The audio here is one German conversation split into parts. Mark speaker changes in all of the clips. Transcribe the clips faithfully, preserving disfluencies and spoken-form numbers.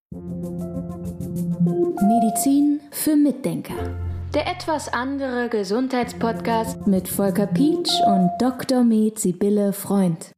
Speaker 1: Medizin für Mitdenker. Der etwas andere Gesundheitspodcast mit Volker Pietsch und Doktor Med Sibylle Freund.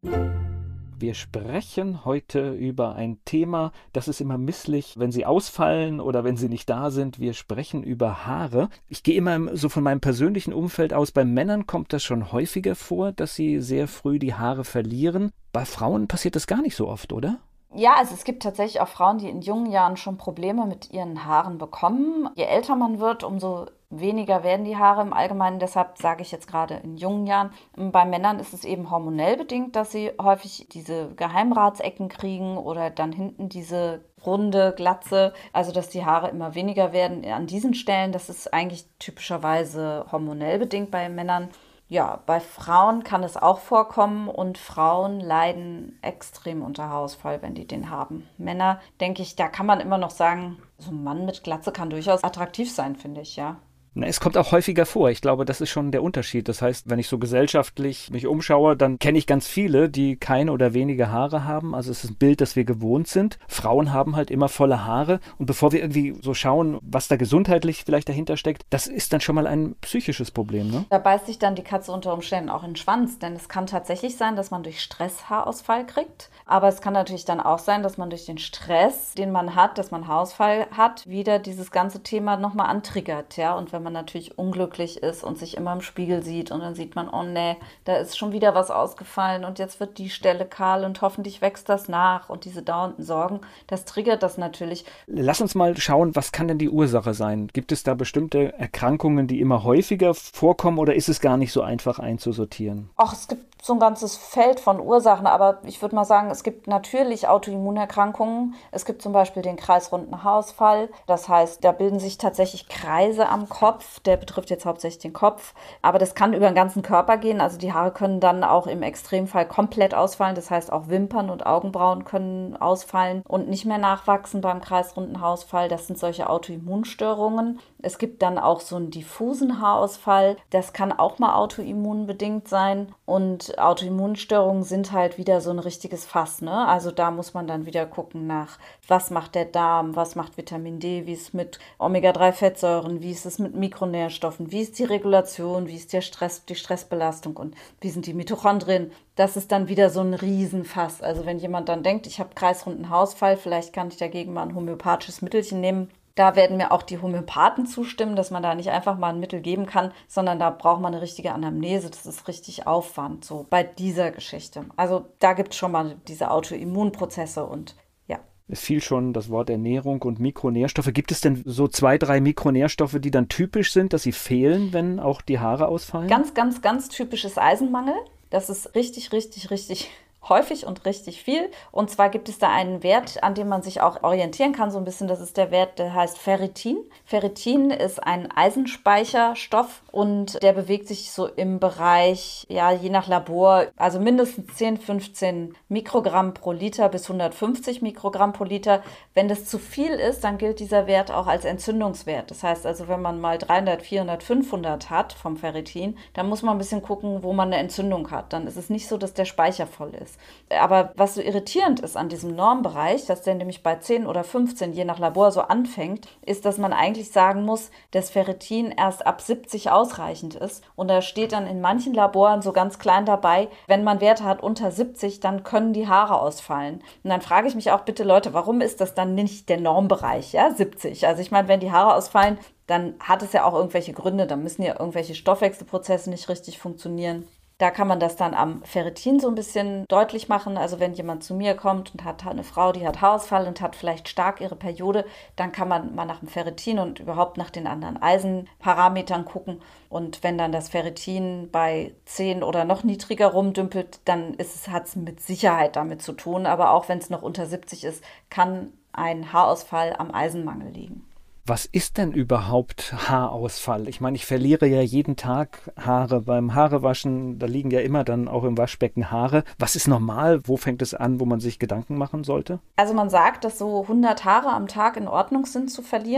Speaker 2: Wir sprechen heute über ein Thema, das ist immer misslich, wenn sie ausfallen oder wenn sie nicht da sind. Wir sprechen über Haare. Ich gehe immer so von meinem persönlichen Umfeld aus. Bei Männern kommt das schon häufiger vor, dass sie sehr früh die Haare verlieren. Bei Frauen passiert das gar nicht so oft, oder?
Speaker 3: Ja, also es gibt tatsächlich auch Frauen, die in jungen Jahren schon Probleme mit ihren Haaren bekommen. Je älter man wird, umso weniger werden die Haare im Allgemeinen. Deshalb sage ich jetzt gerade in jungen Jahren. Bei Männern ist es eben hormonell bedingt, dass sie häufig diese Geheimratsecken kriegen oder dann hinten diese runde Glatze. Also dass die Haare immer weniger werden an diesen Stellen. Das ist eigentlich typischerweise hormonell bedingt bei Männern. Ja, bei Frauen kann es auch vorkommen und Frauen leiden extrem unter Haarausfall, wenn die den haben. Männer, denke ich, da kann man immer noch sagen, so ein Mann mit Glatze kann durchaus attraktiv sein, finde ich, ja.
Speaker 2: Na, es kommt auch häufiger vor. Ich glaube, das ist schon der Unterschied. Das heißt, wenn ich so gesellschaftlich mich umschaue, dann kenne ich ganz viele, die keine oder wenige Haare haben. Also es ist ein Bild, das wir gewohnt sind. Frauen haben halt immer volle Haare. Und bevor wir irgendwie so schauen, was da gesundheitlich vielleicht dahinter steckt, das ist dann schon mal ein psychisches Problem, ne?
Speaker 3: Da beißt sich dann die Katze unter Umständen auch in den Schwanz. Denn es kann tatsächlich sein, dass man durch Stress Haarausfall kriegt. Aber es kann natürlich dann auch sein, dass man durch den Stress, den man hat, dass man Haarausfall hat, wieder dieses ganze Thema nochmal antriggert, ja. Und wenn man natürlich unglücklich ist und sich immer im Spiegel sieht und dann sieht man, oh nee, da ist schon wieder was ausgefallen und jetzt wird die Stelle kahl und hoffentlich wächst das nach und diese dauernden Sorgen, das triggert das natürlich.
Speaker 2: Lass uns mal schauen, was kann denn die Ursache sein? Gibt es da bestimmte Erkrankungen, die immer häufiger vorkommen oder ist es gar nicht so einfach einzusortieren?
Speaker 3: Ach, es gibt so ein ganzes Feld von Ursachen, aber ich würde mal sagen, es gibt natürlich Autoimmunerkrankungen. Es gibt zum Beispiel den kreisrunden Haarausfall. Das heißt, da bilden sich tatsächlich Kreise am Kopf. Der betrifft jetzt hauptsächlich den Kopf. Aber das kann über den ganzen Körper gehen. Also die Haare können dann auch im Extremfall komplett ausfallen. Das heißt, auch Wimpern und Augenbrauen können ausfallen und nicht mehr nachwachsen beim kreisrunden Haarausfall. Das sind solche Autoimmunstörungen. Es gibt dann auch so einen diffusen Haarausfall. Das kann auch mal autoimmunbedingt sein. Und Autoimmunstörungen sind halt wieder so ein richtiges Fass, ne? Also da muss man dann wieder gucken nach, was macht der Darm, was macht Vitamin D, wie ist es mit Omega drei Fettsäuren, wie ist es mit Mikronährstoffen, wie ist die Regulation, wie ist der Stress, die Stressbelastung und wie sind die Mitochondrien. Das ist dann wieder so ein Riesenfass. Also wenn jemand dann denkt, ich habe kreisrunden Haarausfall, vielleicht kann ich dagegen mal ein homöopathisches Mittelchen nehmen. Da werden mir auch die Homöopathen zustimmen, dass man da nicht einfach mal ein Mittel geben kann, sondern da braucht man eine richtige Anamnese. Das ist richtig Aufwand, so bei dieser Geschichte. Also da gibt es schon mal diese Autoimmunprozesse und ja.
Speaker 2: Es fiel schon das Wort Ernährung und Mikronährstoffe. Gibt es denn so zwei, drei Mikronährstoffe, die dann typisch sind, dass sie fehlen, wenn auch die Haare ausfallen?
Speaker 3: Ganz, ganz, ganz typisch ist Eisenmangel. Das ist richtig, richtig, richtig häufig und richtig viel. Und zwar gibt es da einen Wert, an dem man sich auch orientieren kann, so ein bisschen. Das ist der Wert, der heißt Ferritin. Ferritin ist ein Eisenspeicherstoff und der bewegt sich so im Bereich, ja, je nach Labor, also mindestens zehn, fünfzehn Mikrogramm pro Liter bis hundertfünfzig Mikrogramm pro Liter. Wenn das zu viel ist, dann gilt dieser Wert auch als Entzündungswert. Das heißt also, wenn man mal dreihundert, vierhundert, fünfhundert hat vom Ferritin, dann muss man ein bisschen gucken, wo man eine Entzündung hat. Dann ist es nicht so, dass der Speicher voll ist. Aber was so irritierend ist an diesem Normbereich, dass der nämlich bei zehn oder fünfzehn je nach Labor so anfängt, ist, dass man eigentlich sagen muss, dass Ferritin erst ab siebzig ausreichend ist. Und da steht dann in manchen Laboren so ganz klein dabei, wenn man Werte hat unter siebzig, dann können die Haare ausfallen. Und dann frage ich mich auch bitte, Leute, warum ist das dann nicht der Normbereich, ja, siebzig? Also ich meine, wenn die Haare ausfallen, dann hat es ja auch irgendwelche Gründe, dann müssen ja irgendwelche Stoffwechselprozesse nicht richtig funktionieren. Da kann man das dann am Ferritin so ein bisschen deutlich machen. Also wenn jemand zu mir kommt und hat eine Frau, die hat Haarausfall und hat vielleicht stark ihre Periode, dann kann man mal nach dem Ferritin und überhaupt nach den anderen Eisenparametern gucken. Und wenn dann das Ferritin bei zehn oder noch niedriger rumdümpelt, dann hat es mit Sicherheit damit zu tun. Aber auch wenn es noch unter siebzig ist, kann ein Haarausfall am Eisenmangel liegen.
Speaker 2: Was ist denn überhaupt Haarausfall? Ich meine, ich verliere ja jeden Tag Haare beim Haarewaschen. Da liegen ja immer dann auch im Waschbecken Haare. Was ist normal? Wo fängt es an, wo man sich Gedanken machen sollte?
Speaker 3: Also man sagt, dass so hundert Haare am Tag in Ordnung sind zu verlieren.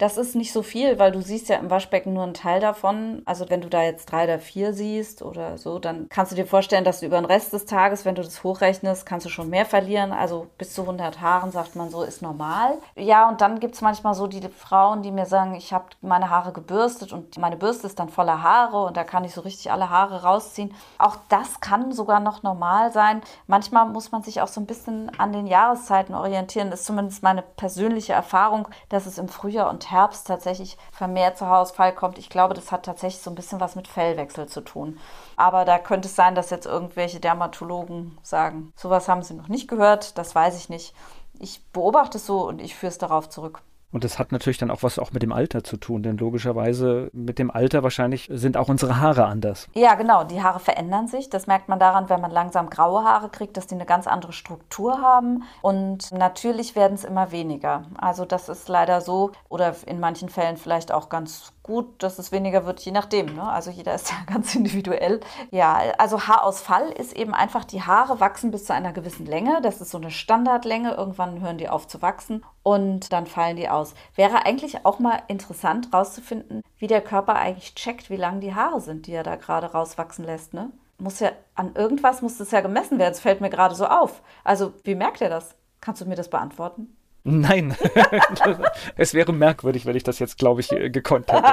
Speaker 3: Das ist nicht so viel, weil du siehst ja im Waschbecken nur einen Teil davon. Also wenn du da jetzt drei oder vier siehst oder so, dann kannst du dir vorstellen, dass du über den Rest des Tages, wenn du das hochrechnest, kannst du schon mehr verlieren. Also bis zu hundert Haaren, sagt man so, ist normal. Ja, und dann gibt es manchmal so die Frauen, die mir sagen, ich habe meine Haare gebürstet und meine Bürste ist dann voller Haare und da kann ich so richtig alle Haare rausziehen. Auch das kann sogar noch normal sein. Manchmal muss man sich auch so ein bisschen an den Jahreszeiten orientieren. Das ist zumindest meine persönliche Erfahrung, dass es im Frühjahr und Herbst tatsächlich vermehrt zu Haarausfall kommt. Ich glaube, das hat tatsächlich so ein bisschen was mit Fellwechsel zu tun. Aber da könnte es sein, dass jetzt irgendwelche Dermatologen sagen, sowas haben sie noch nicht gehört, das weiß ich nicht. Ich beobachte es so und ich führe es darauf zurück.
Speaker 2: Und das hat natürlich dann auch was auch mit dem Alter zu tun, denn logischerweise mit dem Alter wahrscheinlich sind auch unsere Haare anders.
Speaker 3: Ja, genau, die Haare verändern sich. Das merkt man daran, wenn man langsam graue Haare kriegt, dass die eine ganz andere Struktur haben. Und natürlich werden es immer weniger. Also das ist leider so oder in manchen Fällen vielleicht auch ganz gut, dass es weniger wird, je nachdem. Ne? Also jeder ist ja ganz individuell. Ja, also Haarausfall ist eben einfach, die Haare wachsen bis zu einer gewissen Länge. Das ist so eine Standardlänge. Irgendwann hören die auf zu wachsen und dann fallen die aus. Wäre eigentlich auch mal interessant rauszufinden, wie der Körper eigentlich checkt, wie lang die Haare sind, die er da gerade rauswachsen lässt. Ne? Muss ja, an irgendwas muss das ja gemessen werden. Das fällt mir gerade so auf. Also wie merkt er das? Kannst du mir das beantworten?
Speaker 2: Nein, es wäre merkwürdig, wenn ich das jetzt, glaube ich, gekonnt hätte.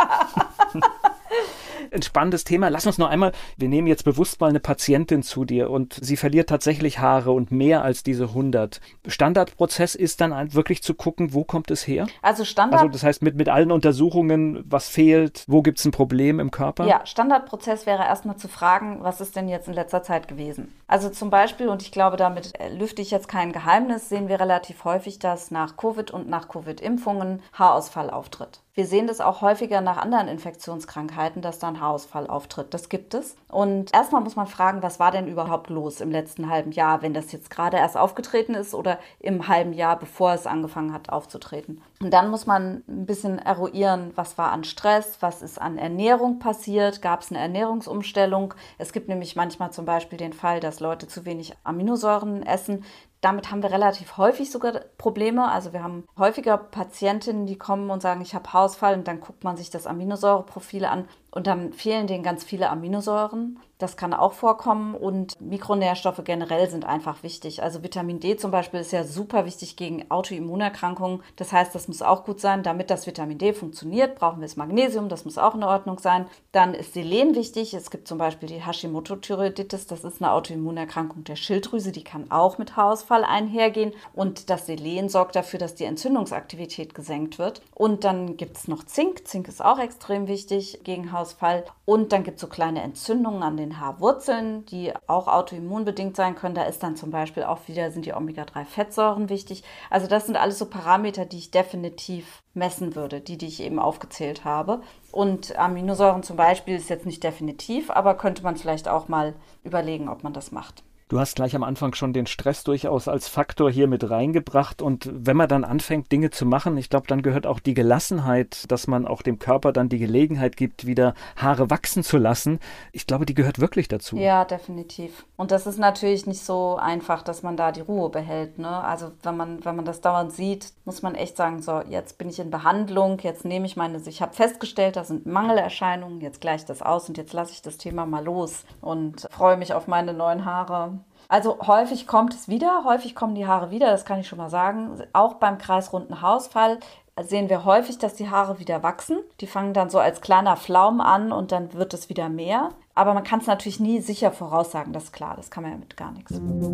Speaker 2: Ein spannendes Thema. Lass uns noch einmal, wir nehmen jetzt bewusst mal eine Patientin zu dir und sie verliert tatsächlich Haare und mehr als diese hundert. Standardprozess ist dann wirklich zu gucken, wo kommt es her?
Speaker 3: Also Standard...
Speaker 2: Also das heißt mit, mit allen Untersuchungen, was fehlt, wo gibt es ein Problem im Körper?
Speaker 3: Ja, Standardprozess wäre erstmal zu fragen, was ist denn jetzt in letzter Zeit gewesen? Also zum Beispiel, und ich glaube, damit lüfte ich jetzt kein Geheimnis, sehen wir relativ häufig, dass nach Covid und nach Covid-Impfungen Haarausfall auftritt. Wir sehen das auch häufiger nach anderen Infektionskrankheiten, dass da ein Haarausfall auftritt. Das gibt es. Und erstmal muss man fragen, was war denn überhaupt los im letzten halben Jahr, wenn das jetzt gerade erst aufgetreten ist oder im halben Jahr, bevor es angefangen hat aufzutreten. Und dann muss man ein bisschen eruieren, was war an Stress, was ist an Ernährung passiert, gab es eine Ernährungsumstellung. Es gibt nämlich manchmal zum Beispiel den Fall, dass Leute zu wenig Aminosäuren essen. Damit haben wir relativ häufig sogar Probleme. Also wir haben häufiger Patientinnen, die kommen und sagen, ich habe Haarausfall und dann guckt man sich das Aminosäureprofil an und dann fehlen denen ganz viele Aminosäuren. Das kann auch vorkommen und Mikronährstoffe generell sind einfach wichtig. Also Vitamin D zum Beispiel ist ja super wichtig gegen Autoimmunerkrankungen. Das heißt, das muss auch gut sein. Damit das Vitamin D funktioniert, brauchen wir das Magnesium. Das muss auch in Ordnung sein. Dann ist Selen wichtig. Es gibt zum Beispiel die Hashimoto-Thyreoiditis. Das ist eine Autoimmunerkrankung der Schilddrüse. Die kann auch mit Haarausfall einhergehen. Und das Selen sorgt dafür, dass die Entzündungsaktivität gesenkt wird. Und dann gibt es noch Zink. Zink ist auch extrem wichtig gegen Haarausfall. Und dann gibt es so kleine Entzündungen an den Haarwurzeln, die auch autoimmunbedingt sein können. Da ist dann zum Beispiel auch wieder, sind die Omega drei Fettsäuren wichtig. Also das sind alles so Parameter, die ich definitiv messen würde, die, die ich eben aufgezählt habe. Und Aminosäuren zum Beispiel ist jetzt nicht definitiv, aber könnte man vielleicht auch mal überlegen, ob man das macht.
Speaker 2: Du hast gleich am Anfang schon den Stress durchaus als Faktor hier mit reingebracht und wenn man dann anfängt, Dinge zu machen, ich glaube, dann gehört auch die Gelassenheit, dass man auch dem Körper dann die Gelegenheit gibt, wieder Haare wachsen zu lassen. Ich glaube, die gehört wirklich dazu.
Speaker 3: Ja, definitiv. Und das ist natürlich nicht so einfach, dass man da die Ruhe behält, ne? Also wenn man, wenn man das dauernd sieht, muss man echt sagen, so, jetzt bin ich in Behandlung, jetzt nehme ich meine, ich habe festgestellt, da sind Mangelerscheinungen, jetzt gleiche ich das aus und jetzt lasse ich das Thema mal los und freue mich auf meine neuen Haare. Also häufig kommt es wieder, häufig kommen die Haare wieder, das kann ich schon mal sagen. Auch beim kreisrunden Haarausfall sehen wir häufig, dass die Haare wieder wachsen. Die fangen dann so als kleiner Flaum an und dann wird es wieder mehr. Aber man kann es natürlich nie sicher voraussagen, das ist klar, das kann man ja mit gar nichts.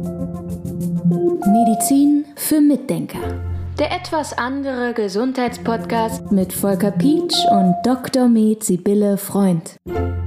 Speaker 1: Medizin für Mitdenker. Der etwas andere Gesundheitspodcast mit Volker Pietsch und Doktor Med Sibylle Freund.